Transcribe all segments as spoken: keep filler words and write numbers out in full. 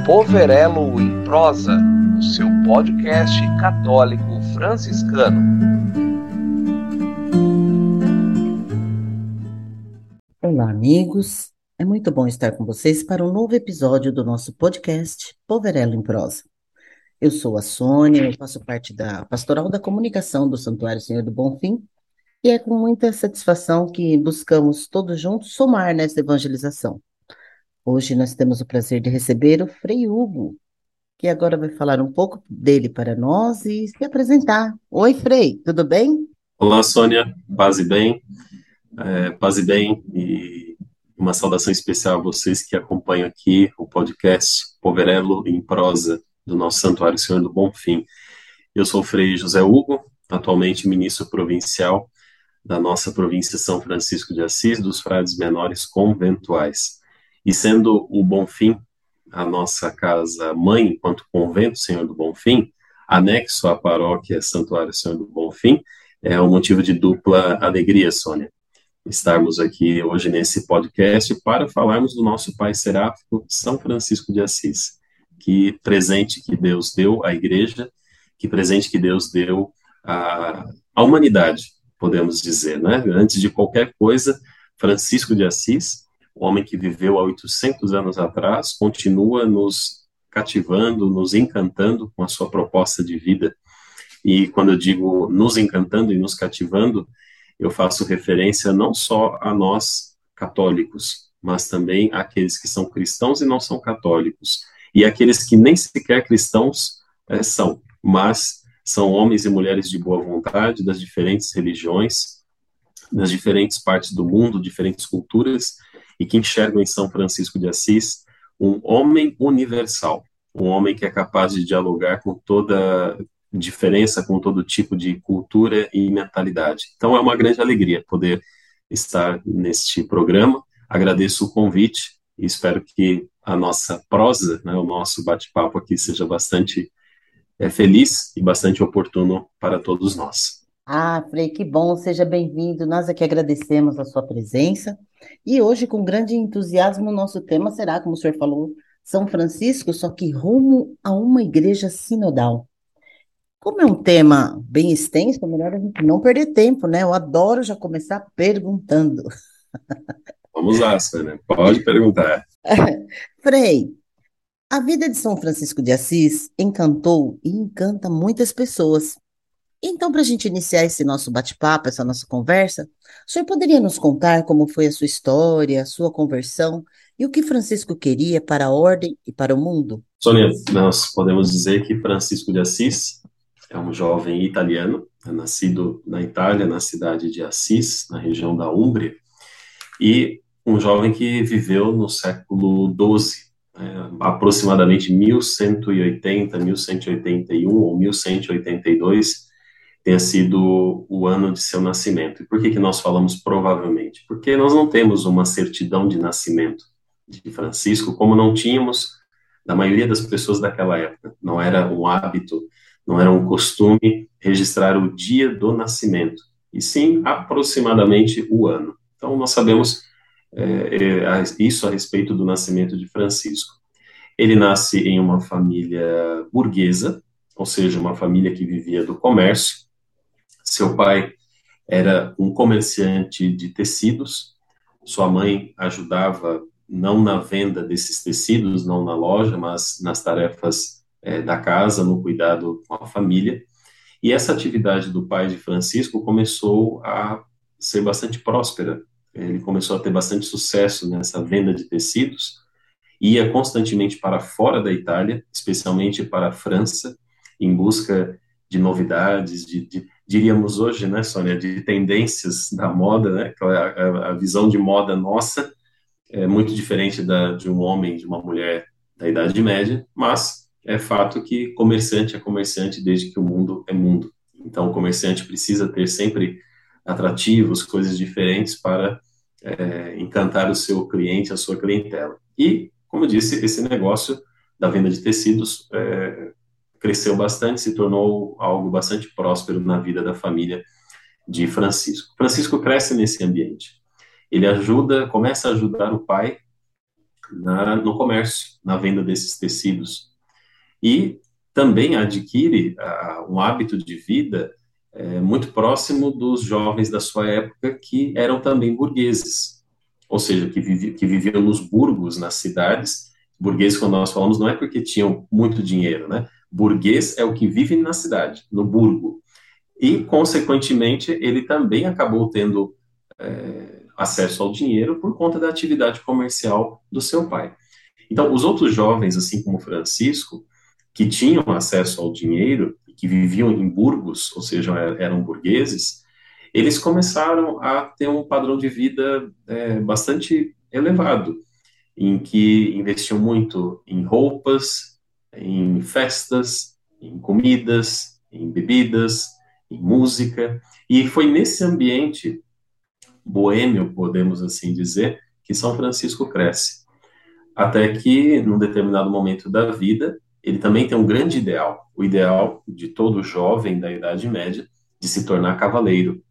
Poverello em Prosa, o seu podcast católico franciscano. Olá, amigos. É muito bom estar com vocês para um novo episódio do nosso podcast Poverello em Prosa. Eu sou a Sônia, eu faço parte da Pastoral da Comunicação do Santuário Senhor do Bonfim e é com muita satisfação que buscamos todos juntos somar nessa evangelização. Hoje nós temos o prazer de receber o Frei Hugo, que agora vai falar um pouco dele para nós e se apresentar. Oi, Frei, tudo bem? Olá, Sônia, paz e bem, é, paz e bem, e uma saudação especial a vocês que acompanham aqui o podcast Poverello em Prosa, do nosso Santuário Senhor do Bonfim. Eu sou o Frei José Hugo, atualmente ministro provincial da nossa província São Francisco de Assis, dos Frades Menores Conventuais. E sendo o Bonfim a nossa casa-mãe, enquanto convento Senhor do Bonfim, anexo à paróquia Santuário Senhor do Bonfim, é um motivo de dupla alegria, Sônia, estarmos aqui hoje nesse podcast para falarmos do nosso Pai Seráfico, São Francisco de Assis. Que presente que Deus deu à Igreja, que presente que Deus deu à, à humanidade, podemos dizer, né? Antes de qualquer coisa, Francisco de Assis, o homem que viveu há oitocentos anos atrás, continua nos cativando, nos encantando com a sua proposta de vida. E quando eu digo nos encantando e nos cativando, eu faço referência não só a nós católicos, mas também àqueles que são cristãos e não são católicos, e aqueles que nem sequer cristãos é, são, mas são homens e mulheres de boa vontade, das diferentes religiões, das diferentes partes do mundo, diferentes culturas, e que enxergam em São Francisco de Assis um homem universal, um homem que é capaz de dialogar com toda diferença, com todo tipo de cultura e mentalidade. Então é uma grande alegria poder estar neste programa. Agradeço o convite e espero que a nossa prosa, né, o nosso bate-papo aqui seja bastante é, feliz e bastante oportuno para todos nós. Ah, Frei, que bom, seja bem-vindo. Nós aqui agradecemos a sua presença. E hoje, com grande entusiasmo, o nosso tema será, como o senhor falou, São Francisco, só que rumo a uma igreja sinodal. Como é um tema bem extenso, é melhor a gente não perder tempo, né? Eu adoro já começar perguntando. Vamos lá, Sônia, pode perguntar. Frei, a vida de São Francisco de Assis encantou e encanta muitas pessoas. Então, para a gente iniciar esse nosso bate-papo, essa nossa conversa, o senhor poderia nos contar como foi a sua história, a sua conversão e o que Francisco queria para a ordem e para o mundo? Sônia, nós podemos dizer que Francisco de Assis é um jovem italiano, é nascido na Itália, na cidade de Assis, na região da Úmbria, e um jovem que viveu no século doze, é, aproximadamente mil cento e oitenta, mil cento e oitenta e um ou mil cento e oitenta e dois, tenha sido o ano de seu nascimento. E por que que nós falamos provavelmente? Porque nós não temos uma certidão de nascimento de Francisco, como não tínhamos da maioria das pessoas daquela época. Não era um hábito, não era um costume registrar o dia do nascimento, e sim aproximadamente o ano. Então nós sabemos é, é, isso a respeito do nascimento de Francisco. Ele nasce em uma família burguesa, ou seja, uma família que vivia do comércio. Seu pai era um comerciante de tecidos, sua mãe ajudava não na venda desses tecidos, não na loja, mas nas tarefas é, da casa, no cuidado com a família. E essa atividade do pai de Francisco começou a ser bastante próspera. Ele começou a ter bastante sucesso nessa venda de tecidos, ia constantemente para fora da Itália, especialmente para a França, em busca de novidades, de, de diríamos hoje, né, Sônia, de tendências da moda, né, a, a visão de moda nossa é muito diferente da de um homem, de uma mulher da Idade Média, mas é fato que comerciante é comerciante desde que o mundo é mundo. Então, o comerciante precisa ter sempre atrativos, coisas diferentes para é, encantar o seu cliente, a sua clientela. E, como eu disse, esse negócio da venda de tecidos é, cresceu bastante, se tornou algo bastante próspero na vida da família de Francisco. Francisco cresce nesse ambiente. Ele ajuda, começa a ajudar o pai na, no comércio, na venda desses tecidos. E também adquire uh, um hábito de vida uh, muito próximo dos jovens da sua época, que eram também burgueses, ou seja, que, vivi, que viviam nos burgos, nas cidades. Burgueses, quando nós falamos, não é porque tinham muito dinheiro, né? Burguês é o que vive na cidade, no burgo. E, consequentemente, ele também acabou tendo é, acesso ao dinheiro por conta da atividade comercial do seu pai. Então, os outros jovens, assim como Francisco, que tinham acesso ao dinheiro, que viviam em burgos, ou seja, eram burgueses, eles começaram a ter um padrão de vida é, bastante elevado, em que investiam muito em roupas, em festas, em comidas, em bebidas, em música, e foi nesse ambiente boêmio, podemos assim dizer, que São Francisco cresce. Até que, num determinado momento da vida, ele também tem um grande ideal, o ideal de todo jovem da Idade Média, de se tornar cavaleiro.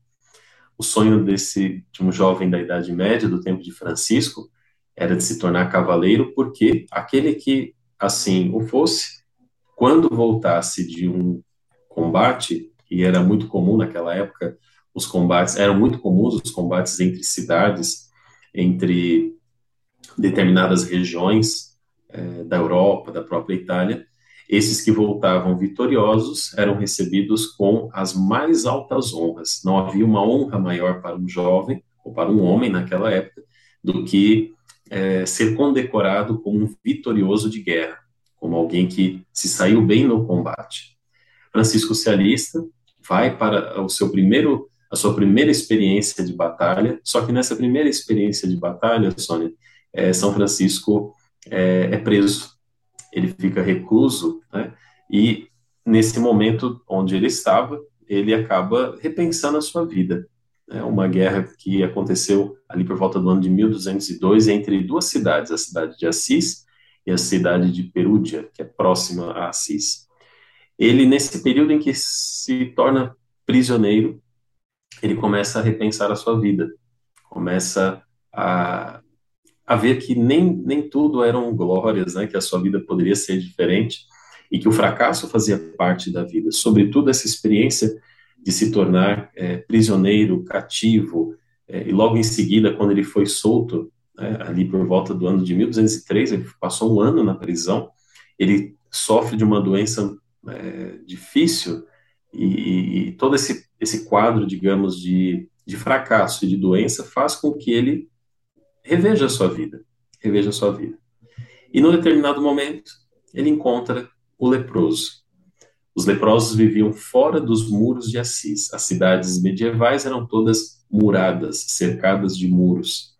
O sonho desse, de um jovem da Idade Média, do tempo de Francisco, era de se tornar cavaleiro, porque aquele que assim o fosse, quando voltasse de um combate, e era muito comum naquela época, os combates, eram muito comuns os combates entre cidades, entre determinadas regiões eh, da Europa, da própria Itália, esses que voltavam vitoriosos eram recebidos com as mais altas honras. Não havia uma honra maior para um jovem, ou para um homem naquela época, do que eh, ser condecorado como um vitorioso de guerra, como alguém que se saiu bem no combate. Francisco se alista, vai para o seu primeiro, a sua primeira experiência de batalha, só que nessa primeira experiência de batalha, Sônia, é, São Francisco é, é preso, ele fica recluso, né, e nesse momento onde ele estava, ele acaba repensando a sua vida. É uma guerra que aconteceu ali por volta do ano de mil duzentos e dois entre duas cidades, a cidade de Assis e a cidade de Perúdia, que é próxima a Assis. Ele, nesse período em que se torna prisioneiro, ele começa a repensar a sua vida, começa a, a ver que nem, nem tudo eram glórias, né, que a sua vida poderia ser diferente, e que o fracasso fazia parte da vida, sobretudo essa experiência de se tornar é, prisioneiro, cativo, é, e logo em seguida, quando ele foi solto, né, ali por volta do ano de mil duzentos e três, ele passou um ano na prisão, ele sofre de uma doença é, difícil, e, e todo esse, esse quadro, digamos, de, de fracasso e de doença faz com que ele reveja a sua vida, reveja a sua vida. E num determinado momento, ele encontra o leproso. Os leprosos viviam fora dos muros de Assis. As cidades medievais eram todas muradas, cercadas de muros.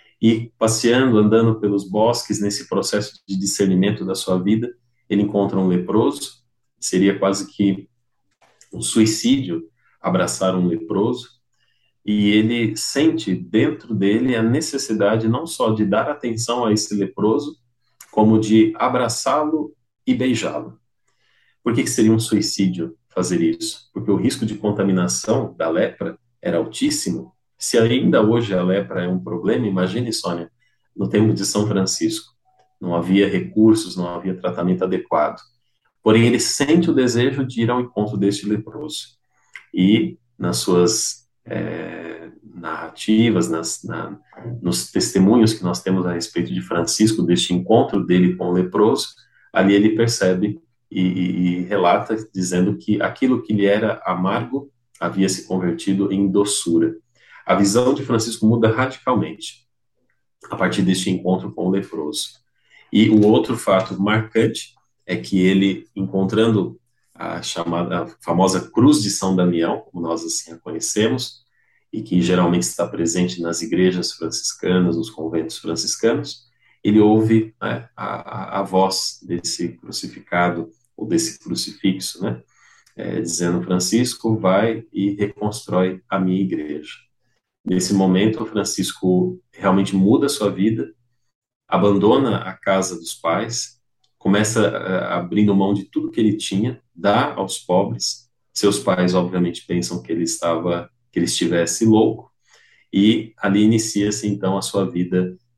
E passeando, andando pelos bosques, nesse processo de discernimento da sua vida, ele encontra um leproso. Seria quase que um suicídio abraçar um leproso. E ele sente dentro dele a necessidade não só de dar atenção a esse leproso, como de abraçá-lo e beijá-lo. Por que que seria um suicídio fazer isso? Porque o risco de contaminação da lepra era altíssimo. Se ainda hoje a lepra é um problema, imagine, Sônia, no tempo de São Francisco. Não havia recursos, não havia tratamento adequado. Porém, ele sente o desejo de ir ao encontro deste leproso. E, nas suas é, narrativas, nas, na, nos testemunhos que nós temos a respeito de Francisco, deste encontro dele com o leproso, ali ele percebe e, e, e relata, dizendo que aquilo que lhe era amargo havia se convertido em doçura. A visão de Francisco muda radicalmente a partir deste encontro com o leproso. E o outro fato marcante é que ele, encontrando a chamada, a famosa Cruz de São Damião, como nós assim a conhecemos, e que geralmente está presente nas igrejas franciscanas, nos conventos franciscanos, ele ouve, né, a, a, a voz desse crucificado, ou desse crucifixo, né, é, dizendo: Francisco, vai e reconstrói a minha igreja. Nesse momento, Francisco realmente muda a sua vida, abandona a casa dos pais, começa uh, abrindo mão de tudo que ele tinha, dá aos pobres. Seus pais, obviamente, pensam que ele estava, que ele estivesse louco, e ali inicia-se, então, a sua vida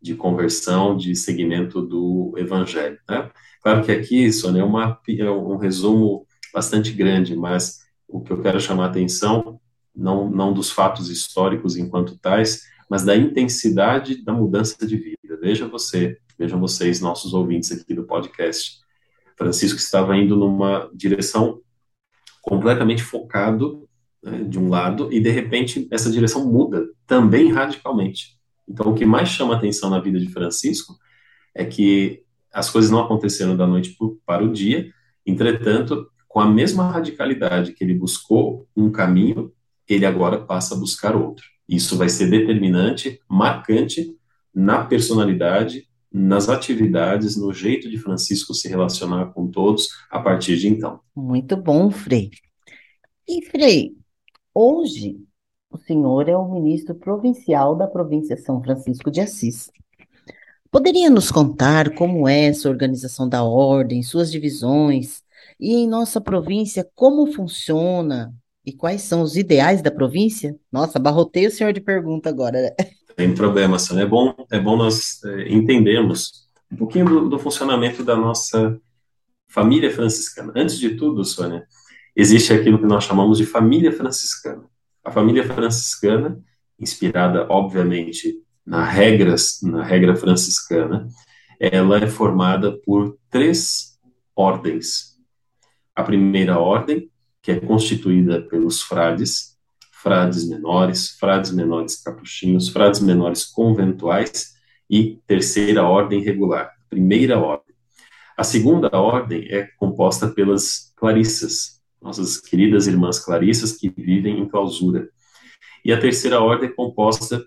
de conversão, de seguimento do Evangelho, né? Claro que aqui, Sônia, é, uma, é um resumo bastante grande, mas o que eu quero chamar a atenção, não, não dos fatos históricos enquanto tais, mas da intensidade da mudança de vida. Veja você, vejam vocês, nossos ouvintes aqui do podcast. Francisco estava indo numa direção completamente focado, né, de um lado, e de repente essa direção muda também radicalmente. Então, o que mais chama atenção na vida de Francisco é que as coisas não aconteceram da noite para o dia, entretanto, com a mesma radicalidade que ele buscou um caminho, ele agora passa a buscar outro. Isso vai ser determinante, marcante na personalidade, nas atividades, no jeito de Francisco se relacionar com todos a partir de então. Muito bom, Frei. E, Frei, hoje o senhor é o ministro provincial da província São Francisco de Assis. Poderia nos contar como é essa organização da ordem, suas divisões, e em nossa província, como funciona e quais são os ideais da província? Nossa, abarrotei o senhor de pergunta agora, né? Tem problema, Sônia. É bom, é bom nós é, entendermos um pouquinho do, do funcionamento da nossa família franciscana. Antes de tudo, Sônia, existe aquilo que nós chamamos de família franciscana. A família franciscana, inspirada, obviamente, na regras, na regra franciscana, ela é formada por três ordens. A primeira ordem, que é constituída pelos frades, frades menores, frades menores capuchinhos, frades menores conventuais e terceira ordem regular, primeira ordem. A segunda ordem é composta pelas clarissas, nossas queridas irmãs clarissas que vivem em clausura. E a terceira ordem é composta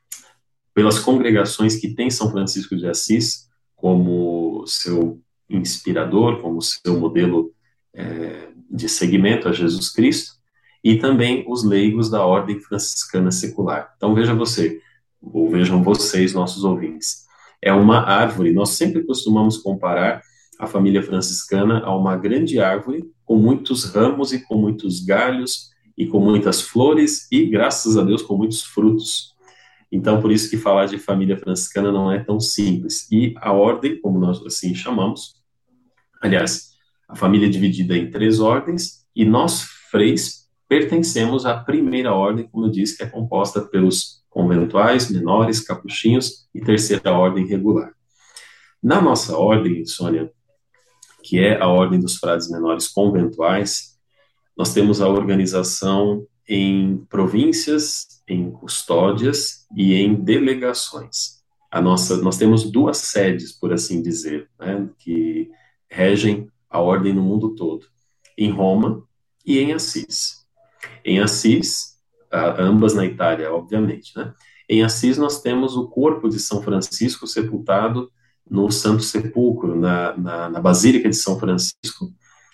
pelas congregações que têm São Francisco de Assis como seu inspirador, como seu modelo é, de seguimento a Jesus Cristo, e também os leigos da ordem franciscana secular. Então veja você, ou vejam vocês, nossos ouvintes, é uma árvore, nós sempre costumamos comparar a família franciscana a uma grande árvore com muitos ramos e com muitos galhos e com muitas flores e, graças a Deus, com muitos frutos. Então, por isso que falar de família franciscana não é tão simples. E a ordem, como nós assim chamamos, aliás, a família é dividida em três ordens, e nós, freis, pertencemos à primeira ordem, como eu disse, que é composta pelos conventuais, menores, capuchinhos e terceira ordem regular. Na nossa ordem, Sônia, que é a ordem dos frades menores conventuais, nós temos a organização em províncias, em custódias e em delegações. A nossa, nós temos duas sedes, por assim dizer, né, que regem a ordem no mundo todo, em Roma e em Assis. Em Assis, ambas na Itália, obviamente, né? Em Assis nós temos o corpo de São Francisco sepultado no Santo Sepulcro, na, na, na Basílica de São Francisco,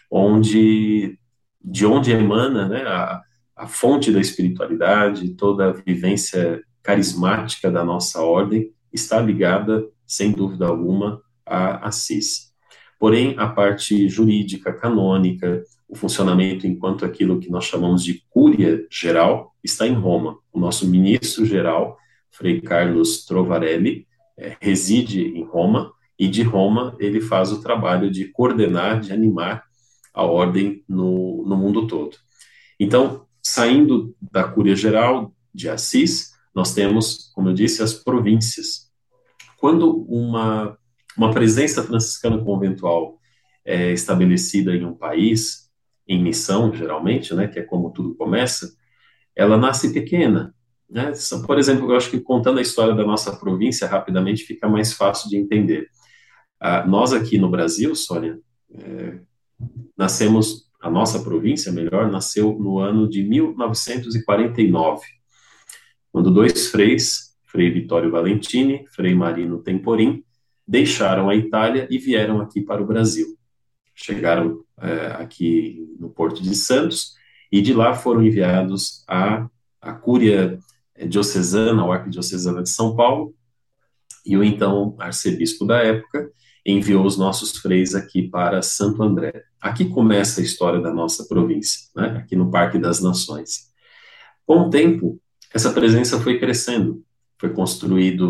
onde, de onde emana, né, a, a fonte da espiritualidade, toda a vivência carismática da nossa ordem está ligada, sem dúvida alguma, a Assis. Porém, a parte jurídica, canônica, o funcionamento enquanto aquilo que nós chamamos de cúria geral, está em Roma. O nosso ministro-geral, Frei Carlos Trovarelli, é, reside em Roma, e de Roma ele faz o trabalho de coordenar, de animar a ordem no, no mundo todo. Então, saindo da cúria geral de Assis, nós temos, como eu disse, as províncias. Quando uma, uma presença franciscana conventual é estabelecida em um país, em missão, geralmente, né, que é como tudo começa, ela nasce pequena, né? Por exemplo, eu acho que contando a história da nossa província rapidamente fica mais fácil de entender. Ah, nós aqui no Brasil, Sônia, é, nascemos, a nossa província, melhor, nasceu no ano de mil novecentos e quarenta e nove, quando dois freis, Frei Vitório Valentini, Frei Marino Temporim, deixaram a Itália e vieram aqui para o Brasil. Chegaram é, aqui no Porto de Santos e de lá foram enviados à, à Cúria Diocesana, ou Arquidiocesana de São Paulo, e o então arcebispo da época enviou os nossos freis aqui para Santo André. Aqui começa a história da nossa província, né? Aqui no Parque das Nações. Com o tempo, essa presença foi crescendo, foi construído,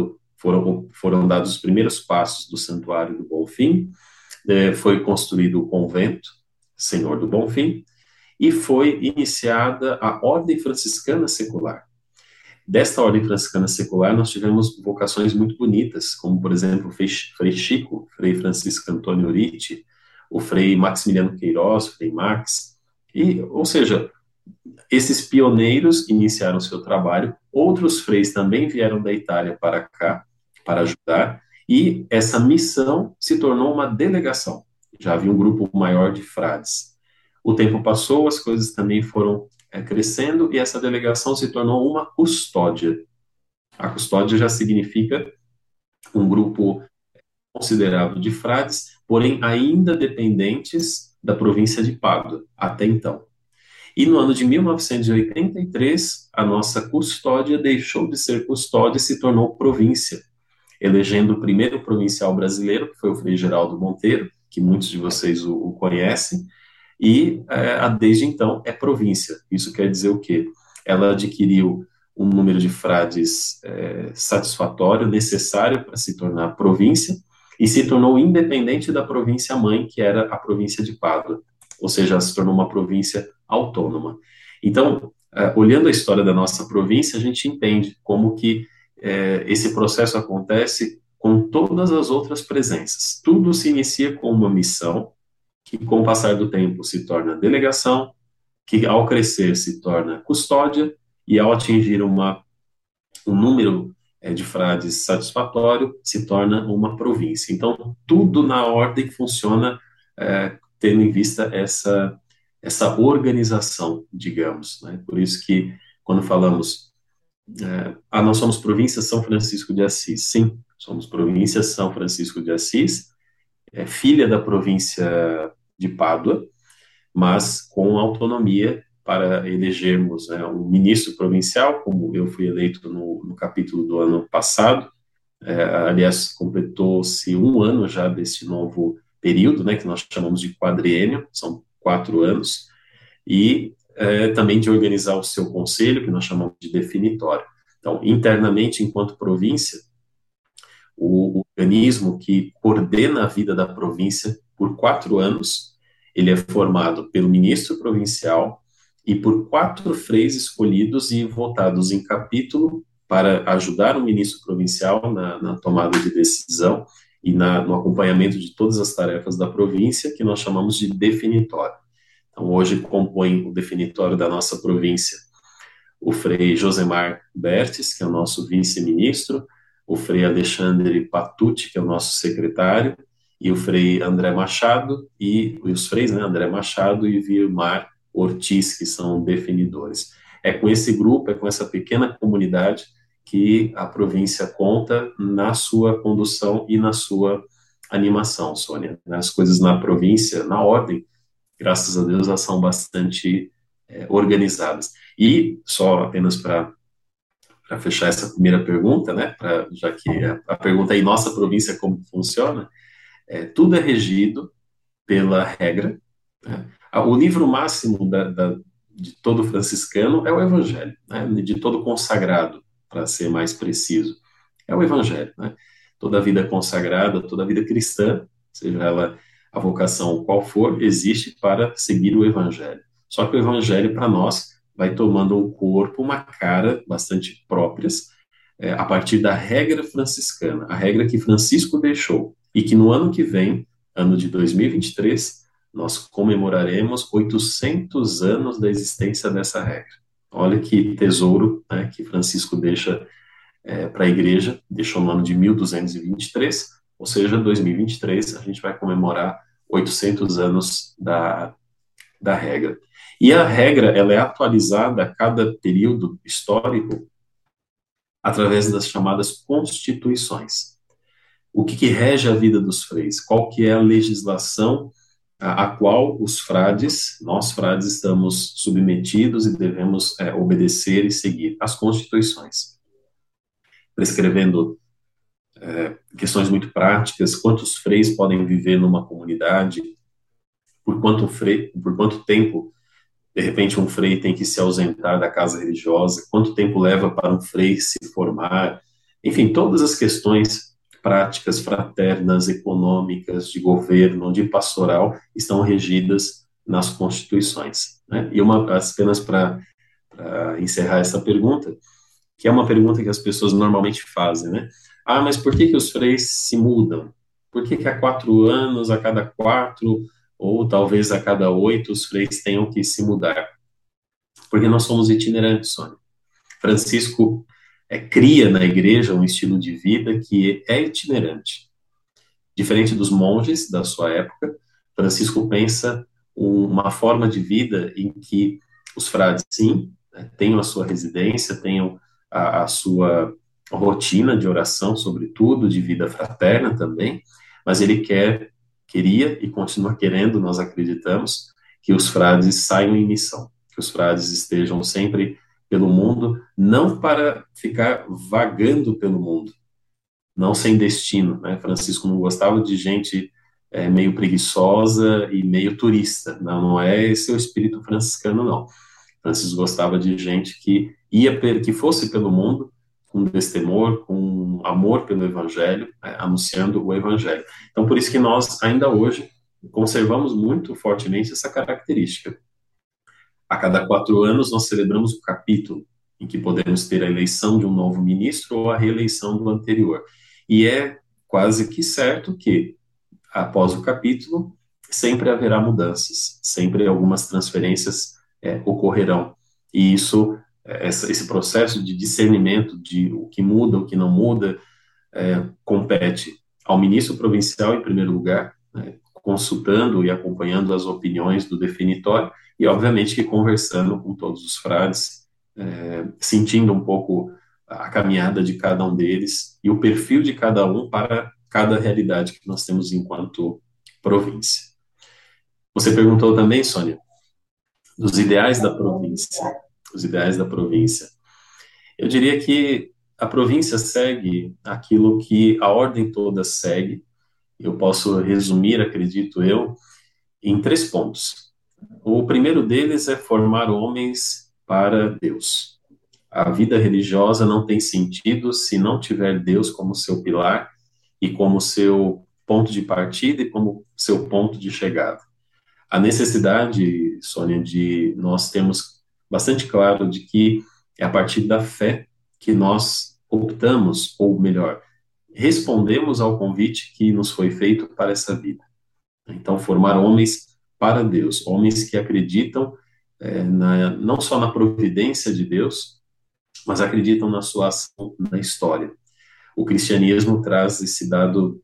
foram, foram dados os primeiros passos do Santuário do Bonfim, é, foi construído o convento Senhor do Bonfim, e foi iniciada a Ordem Franciscana Secular. Desta Ordem Franciscana Secular, nós tivemos vocações muito bonitas, como, por exemplo, o Frei Chico, Frei Francisco Antônio Ritti, o Frei Maximiliano Queiroz, Frei Max, e, ou seja, esses pioneiros iniciaram seu trabalho, outros freis também vieram da Itália para cá, para ajudar, e essa missão se tornou uma delegação. Já havia um grupo maior de frades. O tempo passou, as coisas também foram é, crescendo, e essa delegação se tornou uma custódia. A custódia já significa um grupo considerável de frades, porém ainda dependentes da província de Pádua, até então. E no ano de mil novecentos e oitenta e três, a nossa custódia deixou de ser custódia e se tornou província, elegendo o primeiro provincial brasileiro, que foi o Frei Geraldo Monteiro, que muitos de vocês o, o conhecem, e é, desde então é província. Isso quer dizer o quê? Ela adquiriu um número de frades é, satisfatório, necessário para se tornar província, e se tornou independente da província-mãe, que era a província de Pádua, ou seja, ela se tornou uma província autônoma. Então, é, olhando a história da nossa província, a gente entende como que é, esse processo acontece com todas as outras presenças. Tudo se inicia com uma missão, que com o passar do tempo se torna delegação, que ao crescer se torna custódia, e ao atingir uma, um número é, de frades satisfatório, se torna uma província. Então, tudo na ordem funciona é, tendo em vista essa, essa organização, digamos, né? Por isso que, quando falamos, é, ah, nós somos província São Francisco de Assis. Sim, somos província São Francisco de Assis, é filha da província de Pádua, mas com autonomia para elegermos né, um ministro provincial, como eu fui eleito no, no capítulo do ano passado. É, aliás, completou-se um ano já desse novo período, né, que nós chamamos de quadriênio, são quatro anos, e é, também de organizar o seu conselho, que nós chamamos de definitório. Então, internamente, enquanto província, o organismo que coordena a vida da província por quatro anos, ele é formado pelo ministro provincial e por quatro freis escolhidos e votados em capítulo para ajudar o ministro provincial na, na tomada de decisão e na, no acompanhamento de todas as tarefas da província, que nós chamamos de definitório. Então, hoje compõe o definitório da nossa província o Frei Josemar Bertes, que é o nosso vice-ministro, o Frei Alexandre Patucci, que é o nosso secretário, e o Frei André Machado, e, e os freis, né, André Machado e Vilmar Ortiz, que são definidores. É com esse grupo, é com essa pequena comunidade que a província conta na sua condução e na sua animação, Sônia. As coisas na província, na ordem, graças a Deus, elas são bastante é, organizadas. E, só apenas para para fechar essa primeira pergunta, né, pra, já que a, a pergunta é em nossa província como funciona, é, tudo é regido pela regra. Né? O livro máximo da, da, de todo franciscano é o Evangelho, né, de todo consagrado, para ser mais preciso, é o Evangelho. Né? Toda a vida consagrada, toda a vida cristã, seja ela a vocação qual for, existe para seguir o Evangelho. Só que o Evangelho, para nós, vai tomando um corpo, uma cara bastante próprias, é, a partir da regra franciscana, a regra que Francisco deixou, e que no ano que vem, ano de dois mil e vinte e três, nós comemoraremos oitocentos anos da existência dessa regra. Olha que tesouro, né, que Francisco deixa é, para a igreja, deixou no ano de mil duzentos e vinte e três, ou seja, dois mil e vinte e três, a gente vai comemorar oitocentos anos da, da regra. E a regra, ela é atualizada a cada período histórico através das chamadas constituições. O que, que rege a vida dos freis? Qual que é a legislação a, a qual os frades, nós frades, estamos submetidos e devemos é, obedecer e seguir? As constituições. Prescrevendo é, questões muito práticas, quantos freis podem viver numa comunidade, por quanto, frei, por quanto tempo de repente um frei tem que se ausentar da casa religiosa, quanto tempo leva para um frei se formar, Enfim, todas as questões práticas, fraternas, econômicas, de governo, de pastoral, estão regidas nas constituições, né? E uma, apenas para encerrar essa pergunta, que é uma pergunta que as pessoas normalmente fazem, né? Ah, mas por que que os freis se mudam? Por que que a quatro anos, a cada quatro, ou talvez a cada oito, os freis tenham que se mudar? Porque nós somos itinerantes, Sônia. Francisco é, cria na igreja um estilo de vida que é itinerante. Diferente dos monges da sua época, Francisco pensa uma forma de vida em que os frades, sim, né, tenham a sua residência, tenham a, a sua rotina de oração, sobretudo, de vida fraterna também, mas ele quer, queria e continua querendo, nós acreditamos, que os frades saiam em missão, que os frades estejam sempre pelo mundo, não para ficar vagando pelo mundo, não sem destino, né? Francisco não gostava de gente é, meio preguiçosa e meio turista, não, não é esse o espírito franciscano, não. Francisco gostava de gente que ia, que fosse pelo mundo com destemor, com amor pelo evangelho, né, anunciando o evangelho. Então, por isso que nós, ainda hoje, conservamos muito fortemente essa característica. A cada quatro anos, nós celebramos o capítulo, em que podemos ter a eleição de um novo ministro ou a reeleição do anterior. E é quase que certo que, após o capítulo, sempre haverá mudanças, sempre algumas transferências é, ocorrerão. E isso, essa, esse processo de discernimento de o que muda, o que não muda, é, compete ao ministro provincial, em primeiro lugar, né, consultando e acompanhando as opiniões do definitório, e, obviamente, que conversando com todos os frades, é, sentindo um pouco a caminhada de cada um deles e o perfil de cada um para cada realidade que nós temos enquanto província. Você perguntou também, Sônia, dos ideais da província. Os ideais da província. Eu diria que a província segue aquilo que a ordem toda segue. Eu posso resumir, acredito eu, em três pontos. O primeiro deles é formar homens para Deus. A vida religiosa não tem sentido se não tiver Deus como seu pilar e como seu ponto de partida e como seu ponto de chegada. A necessidade, Sônia, de nós termos bastante claro de que é a partir da fé que nós optamos, ou melhor, respondemos ao convite que nos foi feito para essa vida. Então, formar homens para Deus, homens que acreditam é, na, não só na providência de Deus, mas acreditam na sua ação na história. O cristianismo traz esse dado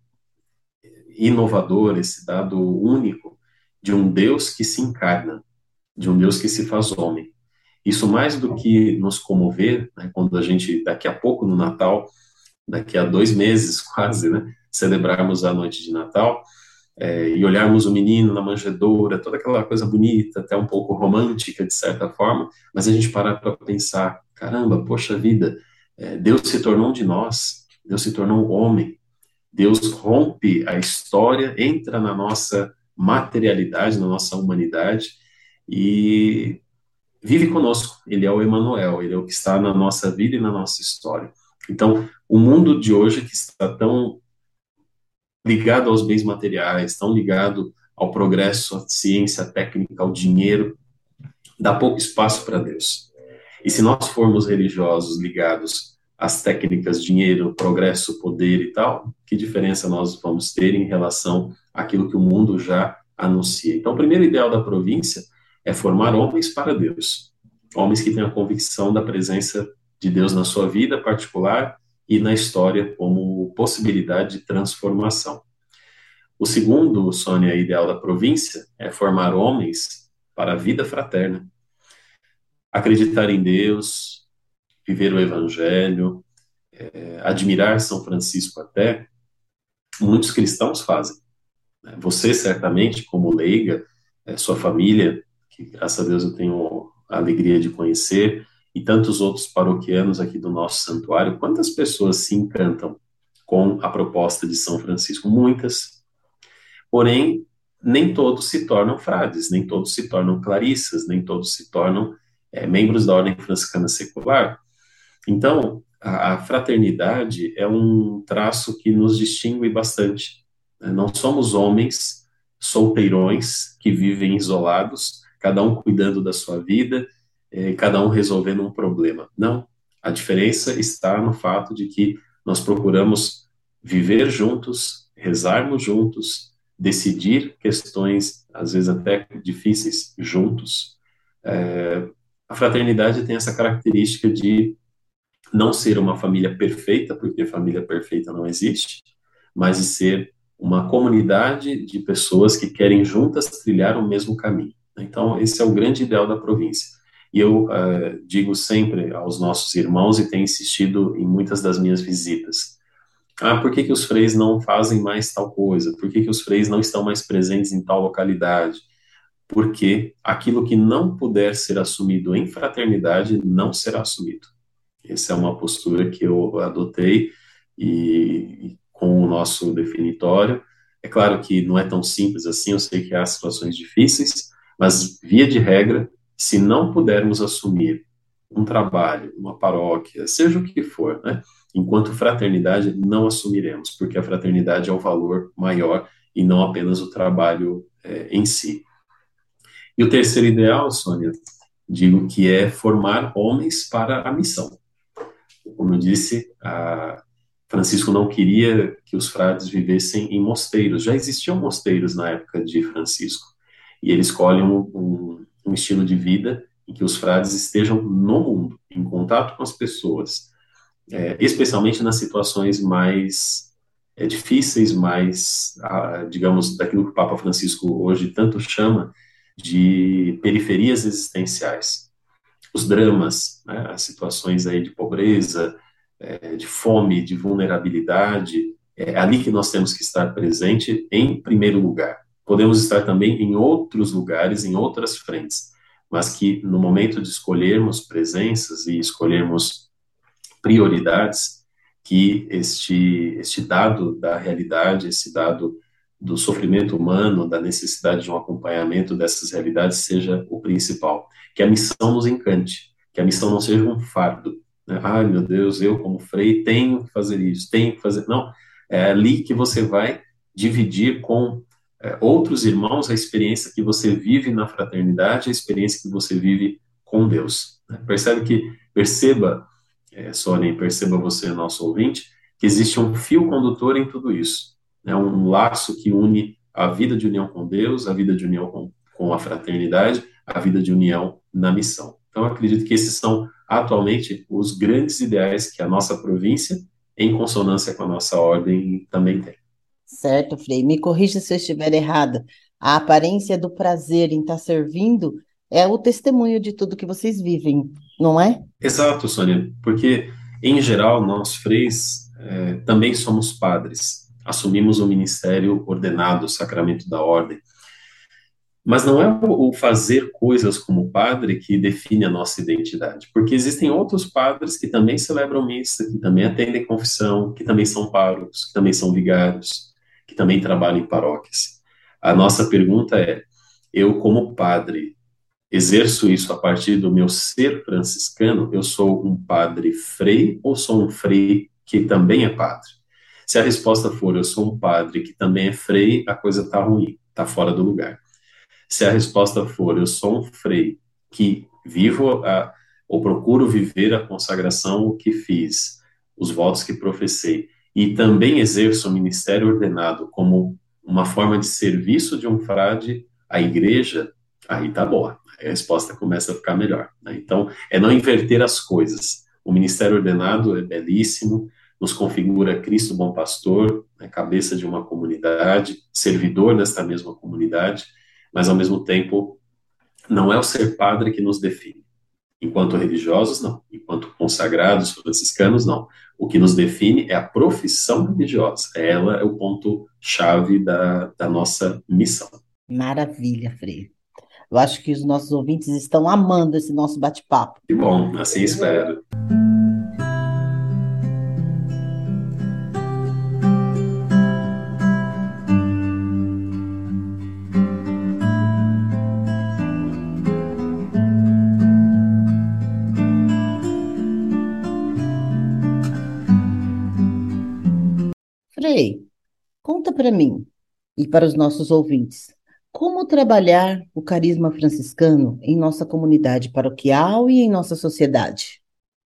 inovador, esse dado único de um Deus que se encarna, de um Deus que se faz homem. Isso mais do que nos comover, né, quando a gente, daqui a pouco no Natal, daqui a dois meses quase, né, celebrarmos a noite de Natal, é, e olharmos o menino na manjedoura, toda aquela coisa bonita, até um pouco romântica, de certa forma, mas a gente parar para pensar, caramba, poxa vida, é, Deus se tornou um de nós, Deus se tornou um homem, Deus rompe a história, entra na nossa materialidade, na nossa humanidade, e vive conosco. Ele é o Emanuel, ele é o que está na nossa vida e na nossa história. Então, o mundo de hoje que está tão ligado aos bens materiais, tão ligado ao progresso, à ciência, à técnica, ao dinheiro, dá pouco espaço para Deus. E se nós formos religiosos ligados às técnicas, dinheiro, progresso, poder e tal, que diferença nós vamos ter em relação àquilo que o mundo já anuncia? Então, o primeiro ideal da província é formar homens para Deus, homens que tenham a convicção da presença de Deus na sua vida particular e na história como possibilidade de transformação. O segundo, Sônia, ideal da província é formar homens para a vida fraterna, acreditar em Deus, viver o Evangelho, é, admirar São Francisco até, muitos cristãos fazem. Você, certamente, como leiga, é, sua família, que graças a Deus eu tenho a alegria de conhecer, e tantos outros paroquianos aqui do nosso santuário, quantas pessoas se encantam com a proposta de São Francisco? Muitas. Porém, nem todos se tornam frades, nem todos se tornam clarissas, nem todos se tornam é, membros da ordem franciscana secular. Então, A, a fraternidade é um traço que nos distingue bastante. Né? Não somos homens solteirões que vivem isolados, cada um cuidando da sua vida, eh, cada um resolvendo um problema. Não. A diferença está no fato de que nós procuramos viver juntos, rezarmos juntos, decidir questões, às vezes até difíceis, juntos. É, a fraternidade tem essa característica de não ser uma família perfeita, porque família perfeita não existe, mas de ser uma comunidade de pessoas que querem juntas trilhar o mesmo caminho. Então, esse é o grande ideal da província. E eu uh, digo sempre aos nossos irmãos, e tenho insistido em muitas das minhas visitas, ah, por que que os freis não fazem mais tal coisa? Por que que os freis não estão mais presentes em tal localidade? Porque aquilo que não puder ser assumido em fraternidade não será assumido. Essa é uma postura que eu adotei e, e com o nosso definitório. É claro que não é tão simples assim, eu sei que há situações difíceis, mas, via de regra, se não pudermos assumir um trabalho, uma paróquia, seja o que for, né? Enquanto fraternidade, não assumiremos, porque a fraternidade é o valor maior e não apenas o trabalho é, em si. E o terceiro ideal, Sônia, digo que é formar homens para a missão. Como eu disse, a Francisco não queria que os frades vivessem em mosteiros. Já existiam mosteiros na época de Francisco. E ele escolhe um, um, um estilo de vida em que os frades estejam no mundo, em contato com as pessoas, é, especialmente nas situações mais é, difíceis, mais, ah, digamos, daquilo que o Papa Francisco hoje tanto chama de periferias existenciais. Os dramas, né, as situações aí de pobreza, é, de fome, de vulnerabilidade, é ali que nós temos que estar presente em primeiro lugar. Podemos estar também em outros lugares, em outras frentes, mas que no momento de escolhermos presenças e escolhermos prioridades, que este, este dado da realidade, esse dado do sofrimento humano, da necessidade de um acompanhamento dessas realidades seja o principal. Que a missão nos encante, que a missão não seja um fardo. Né? Ai, meu Deus, eu como frei tenho que fazer isso, tenho que fazer... Não, é ali que você vai dividir com é, outros irmãos a experiência que você vive na fraternidade, a experiência que você vive com Deus. Né? Percebe que, perceba, é, Sônia, perceba você, nosso ouvinte, que existe um fio condutor em tudo isso. É um laço que une a vida de união com Deus, a vida de união com, com a fraternidade, a vida de união na missão. Então, eu acredito que esses são, atualmente, os grandes ideais que a nossa província, em consonância com a nossa ordem, também tem. Certo, Frei. Me corrija se eu estiver errada. A aparência do prazer em estar servindo é o testemunho de tudo que vocês vivem, não é? Exato, Sônia, porque, em geral, nós freis é, também somos padres. Assumimos o ministério ordenado, o sacramento da ordem. Mas não é o fazer coisas como padre que define a nossa identidade, porque existem outros padres que também celebram missa, que também atendem confissão, que também são párocos, que também são vigários, que também trabalham em paróquias. A nossa pergunta é, eu como padre, exerço isso a partir do meu ser franciscano, eu sou um padre frei ou sou um frei que também é padre? Se a resposta for, eu sou um padre que também é frei, a coisa está ruim, está fora do lugar. Se a resposta for, eu sou um frei que vivo a, ou procuro viver a consagração que fiz, os votos que professei, e também exerço o ministério ordenado como uma forma de serviço de um frade à igreja, aí tá boa, aí a resposta começa a ficar melhor. Né? Então, é não inverter as coisas. O ministério ordenado é belíssimo, nos configura Cristo bom pastor, né, cabeça de uma comunidade, servidor desta mesma comunidade, mas ao mesmo tempo não é o ser padre que nos define. Enquanto religiosos, não. Enquanto consagrados franciscanos, não. O que nos define é a profissão religiosa. Ela é o ponto-chave da, da nossa missão. Maravilha, Frei. Eu acho que os nossos ouvintes estão amando esse nosso bate-papo. Que bom, assim espero. Frei, conta para mim e para os nossos ouvintes, como trabalhar o carisma franciscano em nossa comunidade paroquial e em nossa sociedade?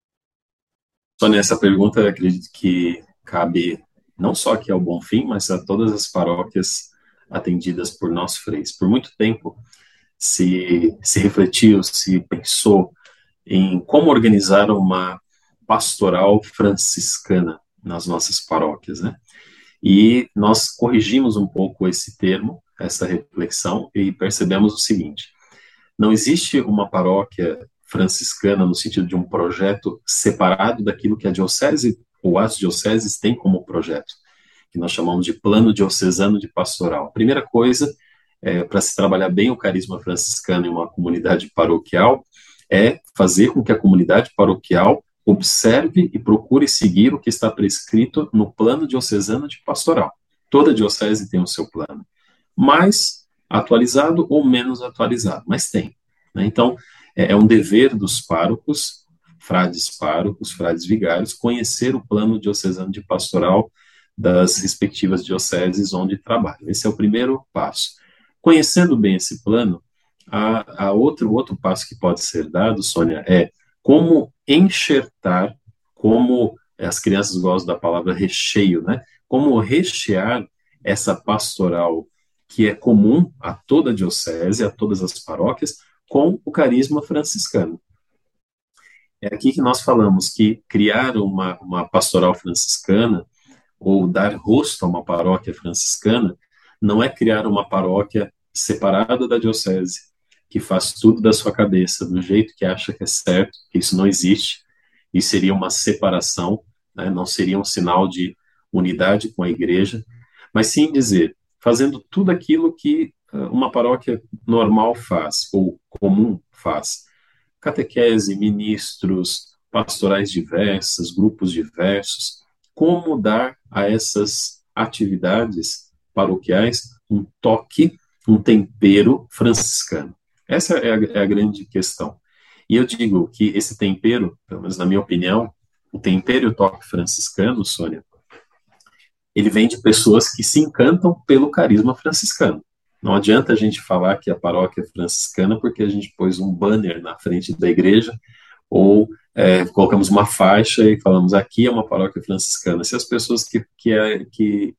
Sônia, essa pergunta eu acredito que cabe não só aqui ao Bonfim, mas a todas as paróquias atendidas por nós freis. Por muito tempo se, se refletiu, se pensou em como organizar uma pastoral franciscana nas nossas paróquias, né? E nós corrigimos um pouco esse termo, essa reflexão, e percebemos o seguinte: não existe uma paróquia franciscana no sentido de um projeto separado daquilo que a diocese ou as dioceses têm como projeto, que nós chamamos de plano diocesano de pastoral. A primeira coisa, é, para se trabalhar bem o carisma franciscano em uma comunidade paroquial, é fazer com que a comunidade paroquial observe e procure seguir o que está prescrito no plano diocesano de pastoral. Toda diocese tem o seu plano, mais atualizado ou menos atualizado, mas tem, né? Então, é, é um dever dos párocos, frades párocos, frades vigários, conhecer o plano diocesano de pastoral das respectivas dioceses onde trabalham. Esse é o primeiro passo. Conhecendo bem esse plano, a, a outro, outro passo que pode ser dado, Sônia, é como enxertar, como as crianças gostam da palavra recheio, né? Como rechear essa pastoral que é comum a toda a diocese, a todas as paróquias, com o carisma franciscano. É aqui que nós falamos que criar uma, uma pastoral franciscana ou dar rosto a uma paróquia franciscana não é criar uma paróquia separada da diocese, que faz tudo da sua cabeça, do jeito que acha que é certo, que isso não existe, e seria uma separação, né? Não seria um sinal de unidade com a igreja, mas sim dizer, fazendo tudo aquilo que uh, uma paróquia normal faz, ou comum faz. Catequese, ministros, pastorais diversas, grupos diversos, como dar a essas atividades paroquiais um toque, um tempero franciscano. Essa é a, é a grande questão. E eu digo que esse tempero, pelo menos na minha opinião, o tempero e o toque franciscano, Sônia, ele vem de pessoas que se encantam pelo carisma franciscano. Não adianta a gente falar que a paróquia é franciscana porque a gente pôs um banner na frente da igreja ou é, colocamos uma faixa e falamos aqui é uma paróquia franciscana. Se as pessoas que, que, é, que,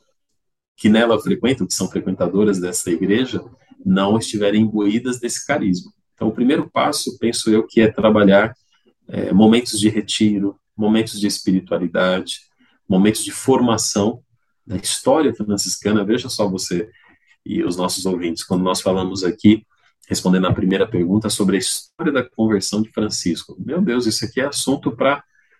que nela frequentam, que são frequentadoras dessa igreja, não estiverem imbuídas desse carisma. Então, o primeiro passo, penso eu, que é trabalhar é, momentos de retiro, momentos de espiritualidade, momentos de formação da história franciscana. Veja só você e os nossos ouvintes, quando nós falamos aqui, respondendo à primeira pergunta, sobre a história da conversão de Francisco. Meu Deus, isso aqui é assunto para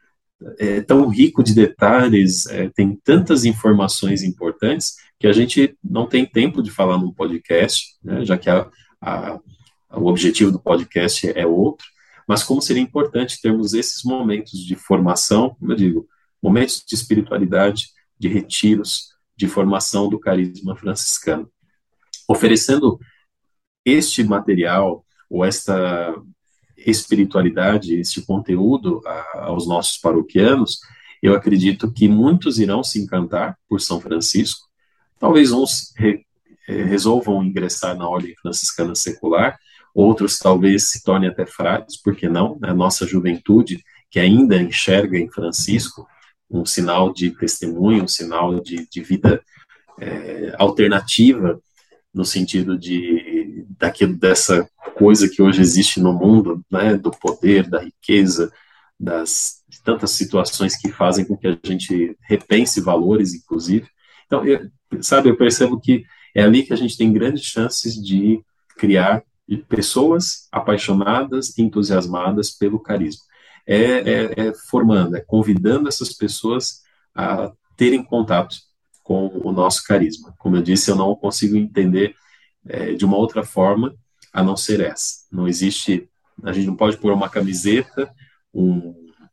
é, tão rico de detalhes, é, tem tantas informações importantes que a gente não tem tempo de falar num podcast, né, já que a, a, o objetivo do podcast é outro, mas como seria importante termos esses momentos de formação, como eu digo, momentos de espiritualidade, de retiros, de formação do carisma franciscano. Oferecendo este material, ou esta espiritualidade, este conteúdo a, aos nossos paroquianos, eu acredito que muitos irão se encantar por São Francisco, talvez uns re, resolvam ingressar na ordem franciscana secular, outros talvez se tornem até frades, por que não? A nossa juventude, que ainda enxerga em Francisco um sinal de testemunho, um sinal de, de vida é, alternativa, no sentido de daquilo, dessa coisa que hoje existe no mundo, né, do poder, da riqueza, das de tantas situações que fazem com que a gente repense valores, inclusive. Então, eu, sabe, eu percebo que é ali que a gente tem grandes chances de criar pessoas apaixonadas, entusiasmadas pelo carisma. É, é, é formando, é convidando essas pessoas a terem contato com o nosso carisma. Como eu disse, eu não consigo entender é, de uma outra forma a não ser essa. Não existe, a gente não pode pôr uma camiseta, um,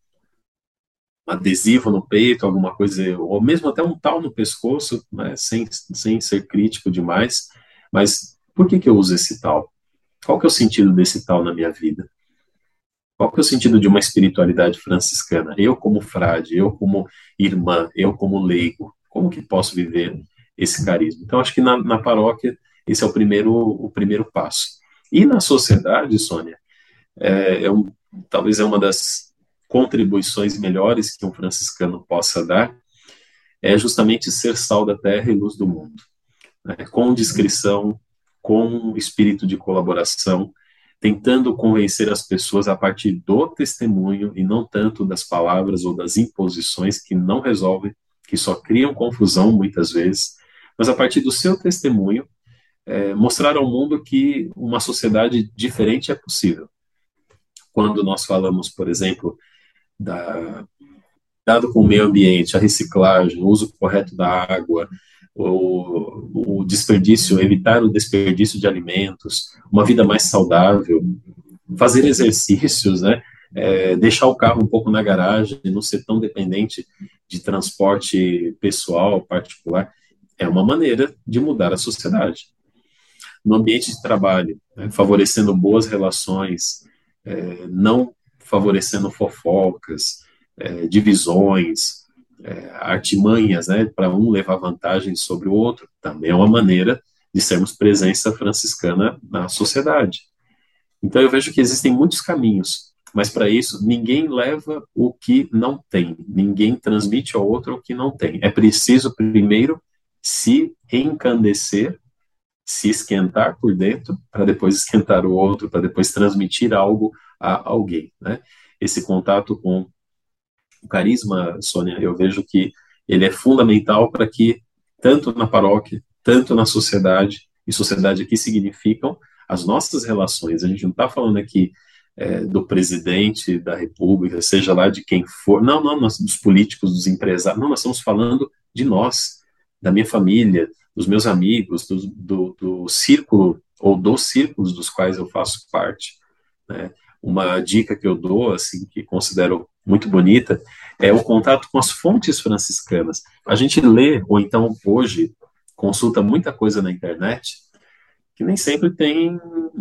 um adesivo no peito, alguma coisa, ou mesmo até um tal no pescoço, né, sem, sem ser crítico demais, mas por que que eu uso esse tal? Qual que é o sentido desse tal na minha vida? Qual que é o sentido de uma espiritualidade franciscana? Eu como frade, eu como irmã, eu como leigo, como que posso viver esse carisma? Então, acho que na, na paróquia, esse é o primeiro, o primeiro passo. E na sociedade, Sônia, é, é um, talvez é uma das contribuições melhores que um franciscano possa dar, é justamente ser sal da terra e luz do mundo, né? Com discrição, com espírito de colaboração, tentando convencer as pessoas a partir do testemunho e não tanto das palavras ou das imposições que não resolvem, que só criam confusão muitas vezes, mas a partir do seu testemunho, é, mostrar ao mundo que uma sociedade diferente é possível. Quando nós falamos, por exemplo, da, dado com o meio ambiente, a reciclagem, o uso correto da água, o, o desperdício, evitar o desperdício de alimentos, uma vida mais saudável, fazer exercícios, né? É, deixar o carro um pouco na garagem, não ser tão dependente de transporte pessoal, particular, é uma maneira de mudar a sociedade. No ambiente de trabalho, né, favorecendo boas relações, é, não favorecendo fofocas, é, divisões, é, artimanhas, né, para um levar vantagem sobre o outro, também é uma maneira de sermos presença franciscana na sociedade. Então eu vejo que existem muitos caminhos, mas para isso ninguém leva o que não tem, ninguém transmite ao outro o que não tem. É preciso primeiro se encandecer, se esquentar por dentro, para depois esquentar o outro, para depois transmitir algo a alguém, né? Esse contato com o carisma, Sônia, eu vejo que ele é fundamental para que, tanto na paróquia, tanto na sociedade, e sociedade aqui significam as nossas relações. A gente não está falando aqui é, do presidente da república, seja lá de quem for, não, não, nós, dos políticos, dos empresários, não, nós estamos falando de nós, da minha família, dos meus amigos, do, do, do círculo, ou dos círculos dos quais eu faço parte, né? Uma dica que eu dou, assim, que considero muito bonita, é o contato com as fontes franciscanas. A gente lê, ou então hoje, consulta muita coisa na internet, que nem sempre tem,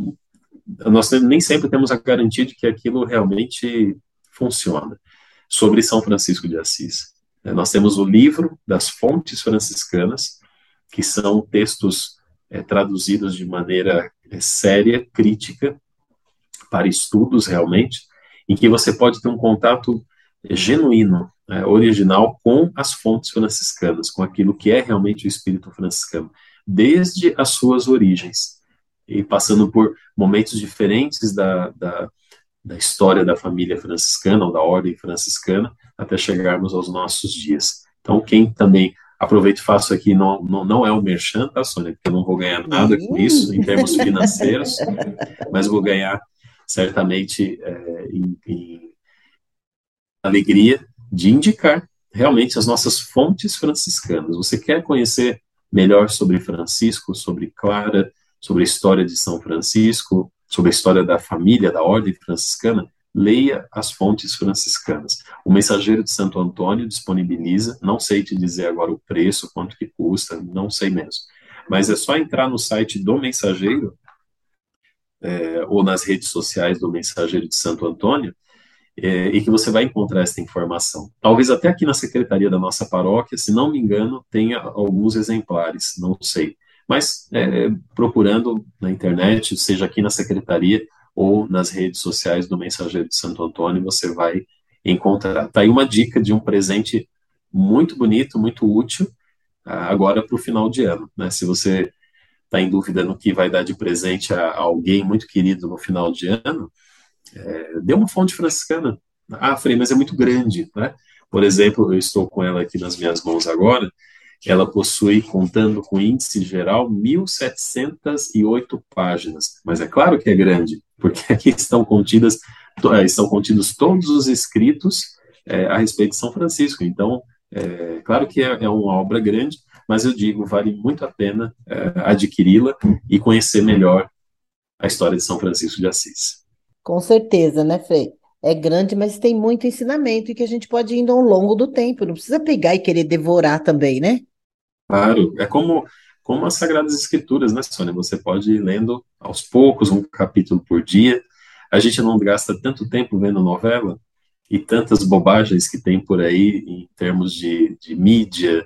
nós nem sempre temos a garantia de que aquilo realmente funciona. Sobre São Francisco de Assis, nós temos o livro das fontes franciscanas, que são textos é, traduzidos de maneira é, séria, crítica, para estudos realmente, em que você pode ter um contato genuíno, é, original, com as fontes franciscanas, com aquilo que é realmente o espírito franciscano, desde as suas origens, e passando por momentos diferentes da, da, da história da família franciscana, ou da ordem franciscana, até chegarmos aos nossos dias. Então, quem também, aproveito e faço aqui, não, não, não é o merchan, tá, Sônia, porque eu não vou ganhar nada com isso, em termos financeiros, mas vou ganhar certamente é, em, em alegria de indicar realmente as nossas fontes franciscanas. Você quer conhecer melhor sobre Francisco, sobre Clara, sobre a história de São Francisco, sobre a história da família, da ordem franciscana? Leia as fontes franciscanas. O Mensageiro de Santo Antônio disponibiliza, não sei te dizer agora o preço, quanto que custa, não sei mesmo, mas é só entrar no site do Mensageiro, É, ou nas redes sociais do Mensageiro de Santo Antônio, é, e que você vai encontrar essa informação. Talvez até aqui na secretaria da nossa paróquia, se não me engano, tenha alguns exemplares, não sei. Mas é, procurando na internet, seja aqui na secretaria ou nas redes sociais do Mensageiro de Santo Antônio, você vai encontrar. Está aí uma dica de um presente muito bonito, muito útil, agora para o final de ano, né? Se você está em dúvida no que vai dar de presente a, a alguém muito querido no final de ano, é, dê uma fonte franciscana. Ah, Frei, mas é muito grande, né? Por exemplo, eu estou com ela aqui nas minhas mãos agora, ela possui, contando com índice geral, mil setecentas e oito páginas, mas é claro que é grande, porque aqui estão contidas, estão contidos todos os escritos é, a respeito de São Francisco, então, é, claro que é, é uma obra grande, mas eu digo, vale muito a pena é, adquiri-la e conhecer melhor a história de São Francisco de Assis. Com certeza, né, Frei? É grande, mas tem muito ensinamento e que a gente pode ir indo ao longo do tempo, não precisa pegar e querer devorar também, né? Claro, é como, como as Sagradas Escrituras, né, Sônia? Você pode ir lendo aos poucos, um capítulo por dia. A gente não gasta tanto tempo vendo novela e tantas bobagens que tem por aí em termos de, de mídia,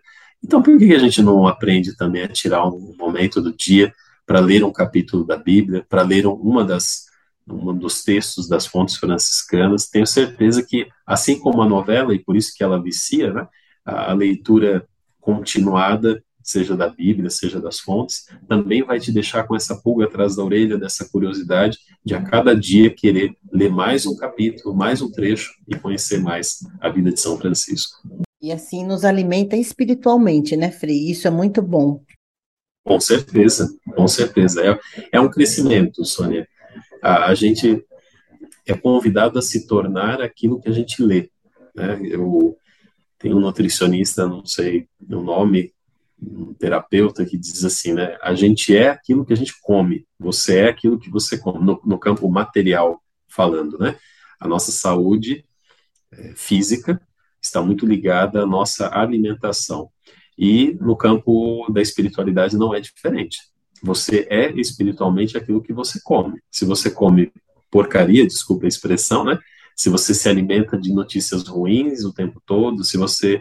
Então, por que a gente não aprende também a tirar um momento do dia para ler um capítulo da Bíblia, para ler uma das um dos textos das fontes franciscanas? Tenho certeza que, assim como a novela, e por isso que ela vicia, né, a, a leitura continuada, seja da Bíblia, seja das fontes, também vai te deixar com essa pulga atrás da orelha, dessa curiosidade de a cada dia querer ler mais um capítulo, mais um trecho e conhecer mais a vida de São Francisco. E assim nos alimenta espiritualmente, né, Frei? Isso é muito bom. Com certeza, com certeza. É, é um crescimento, Sônia. A, a gente é convidado a se tornar aquilo que a gente lê, né? Eu tenho um nutricionista, não sei o nome, um terapeuta que diz assim, né? A gente é aquilo que a gente come. Você é aquilo que você come, no, no campo material falando, né? A nossa saúde é, física está muito ligada à nossa alimentação. E no campo da espiritualidade não é diferente. Você é espiritualmente aquilo que você come. Se você come porcaria, desculpa a expressão, né? Se você se alimenta de notícias ruins o tempo todo, se você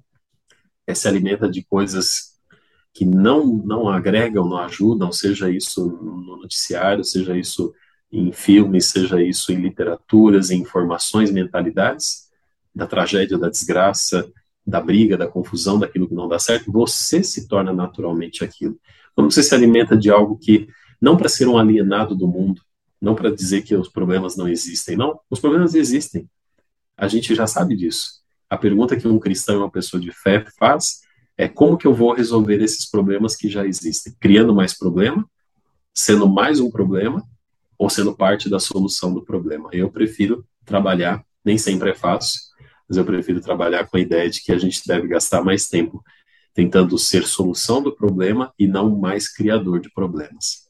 é, se alimenta de coisas que não, não agregam, não ajudam, seja isso no noticiário, seja isso em filmes, seja isso em literaturas, em informações, mentalidades, da tragédia, da desgraça, da briga, da confusão, daquilo que não dá certo, você se torna naturalmente aquilo. Quando você se alimenta de algo que, não para ser um alienado do mundo, não para dizer que os problemas não existem, não, os problemas existem. A gente já sabe disso. A pergunta que um cristão e uma pessoa de fé faz é como que eu vou resolver esses problemas que já existem? Criando mais problema, sendo mais um problema, ou sendo parte da solução do problema? Eu prefiro trabalhar, nem sempre é fácil, mas eu prefiro trabalhar com a ideia de que a gente deve gastar mais tempo tentando ser solução do problema e não mais criador de problemas.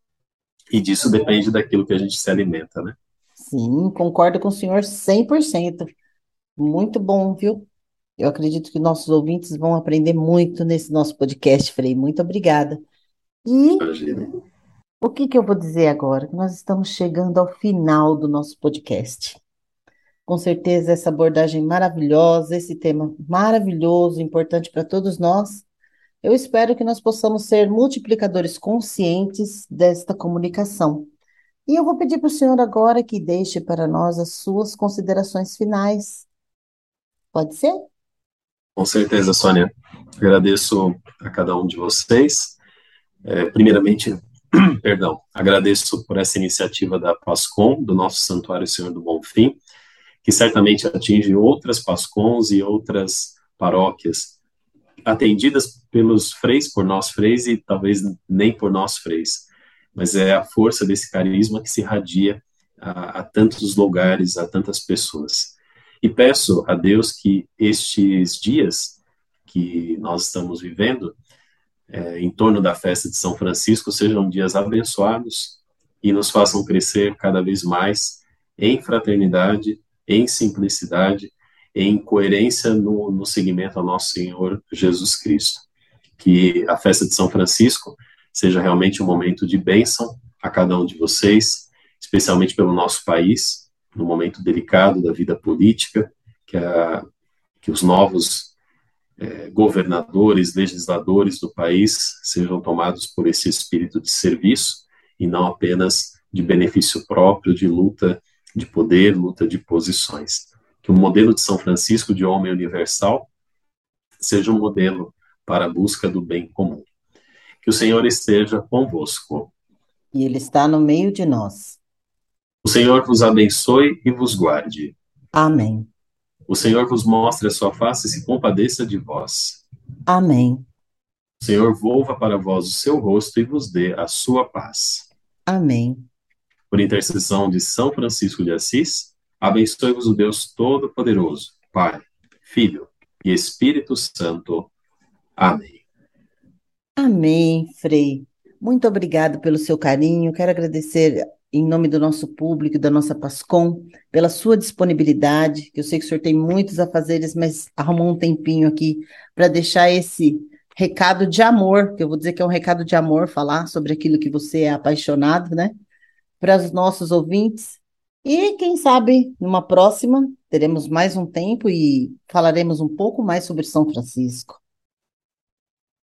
E disso depende daquilo que a gente se alimenta, né? Sim, concordo com o senhor cem por cento. Muito bom, viu? Eu acredito que nossos ouvintes vão aprender muito nesse nosso podcast, Frei. Muito obrigada. E Imagina. o que que eu vou dizer agora? Que nós estamos chegando ao final do nosso podcast. Com certeza, essa abordagem maravilhosa, esse tema maravilhoso, importante para todos nós. Eu espero que nós possamos ser multiplicadores conscientes desta comunicação. E eu vou pedir para o senhor agora que deixe para nós as suas considerações finais. Pode ser? Com certeza, Sônia. Agradeço a cada um de vocês. É, primeiramente, perdão, agradeço por essa iniciativa da PASCOM, do nosso Santuário Senhor do Bonfim, que certamente atinge outras PASCOMs e outras paróquias, atendidas pelos freis, por nós freis, e talvez nem por nós freis. Mas é a força desse carisma que se irradia a, a tantos lugares, a tantas pessoas. E peço a Deus que estes dias que nós estamos vivendo, é, em torno da festa de São Francisco, sejam dias abençoados e nos façam crescer cada vez mais em fraternidade, em simplicidade, em coerência no, no seguimento ao nosso Senhor Jesus Cristo. Que a festa de São Francisco seja realmente um momento de bênção a cada um de vocês, especialmente pelo nosso país, no momento delicado da vida política, que, a, que os novos é, governadores, legisladores do país sejam tomados por esse espírito de serviço e não apenas de benefício próprio, de luta de poder, luta de posições. Que o modelo de São Francisco de homem universal seja um modelo para a busca do bem comum. Que o Senhor esteja convosco. E Ele está no meio de nós. O Senhor vos abençoe e vos guarde. Amém. O Senhor vos mostre a sua face e se compadeça de vós. Amém. O Senhor volva para vós o seu rosto e vos dê a sua paz. Amém. Por intercessão de São Francisco de Assis, abençoe-vos o Deus Todo-Poderoso, Pai, Filho e Espírito Santo. Amém. Amém, Frei. Muito obrigado pelo seu carinho. Quero agradecer em nome do nosso público e da nossa PASCOM pela sua disponibilidade, que eu sei que o senhor tem muitos afazeres, mas arrumou um tempinho aqui para deixar esse recado de amor, que eu vou dizer que é um recado de amor, falar sobre aquilo que você é apaixonado, né? Para os nossos ouvintes. E quem sabe, numa próxima, teremos mais um tempo e falaremos um pouco mais sobre São Francisco.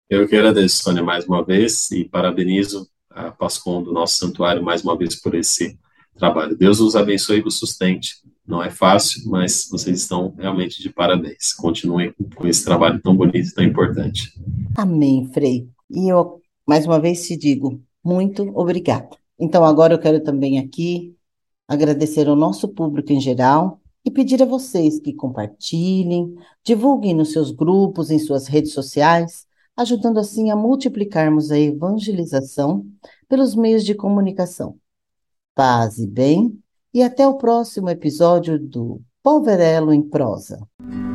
Eu que agradeço, Sônia, mais uma vez e parabenizo a Pascom do nosso santuário mais uma vez por esse trabalho. Deus os abençoe e os sustente. Não é fácil, mas vocês estão realmente de parabéns. Continuem com esse trabalho tão bonito e tão importante. Amém, Frei. E eu, mais uma vez, te digo muito obrigada. Então, agora eu quero também aqui agradecer ao nosso público em geral e pedir a vocês que compartilhem, divulguem nos seus grupos, em suas redes sociais, ajudando assim a multiplicarmos a evangelização pelos meios de comunicação. Paz e bem, e até o próximo episódio do Poverello em Prosa.